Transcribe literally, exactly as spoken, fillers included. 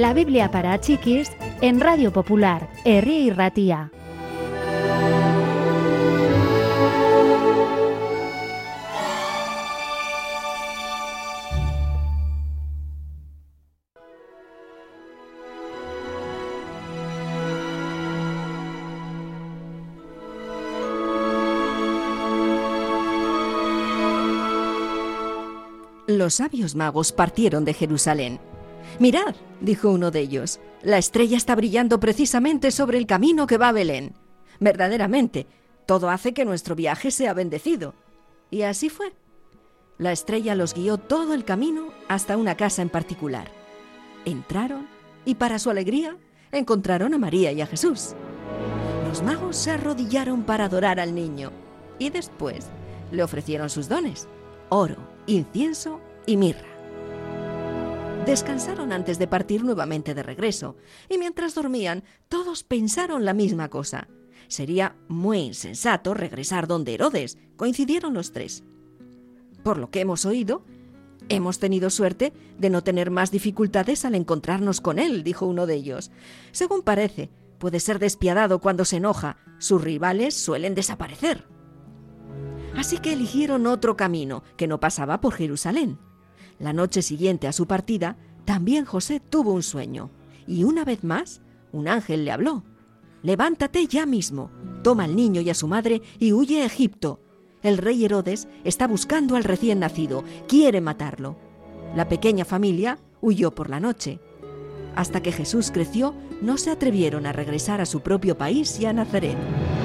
La Biblia para chiquis en Radio Popular, Herri y Ratia. Los sabios magos partieron de Jerusalén. «Mirad», dijo uno de ellos, «la estrella está brillando precisamente sobre el camino que va a Belén. Verdaderamente, todo hace que nuestro viaje sea bendecido». Y así fue. La estrella los guió todo el camino hasta una casa en particular. Entraron y, para su alegría, encontraron a María y a Jesús. Los magos se arrodillaron para adorar al niño y después le ofrecieron sus dones: oro, incienso y mirra. Descansaron antes de partir nuevamente de regreso, y mientras dormían, todos pensaron la misma cosa. Sería muy insensato regresar donde Herodes. Coincidieron los tres. Por lo que hemos oído, hemos tenido suerte de no tener más dificultades al encontrarnos con él, dijo uno de ellos. Según parece, puede ser despiadado cuando se enoja. Sus rivales suelen desaparecer. Así que eligieron otro camino que no pasaba por Jerusalén. La noche siguiente a su partida, también José tuvo un sueño, y una vez más, un ángel le habló: «Levántate ya mismo, toma al niño y a su madre y huye a Egipto. El rey Herodes está buscando al recién nacido, quiere matarlo». La pequeña familia huyó por la noche. Hasta que Jesús creció, no se atrevieron a regresar a su propio país y a Nazaret.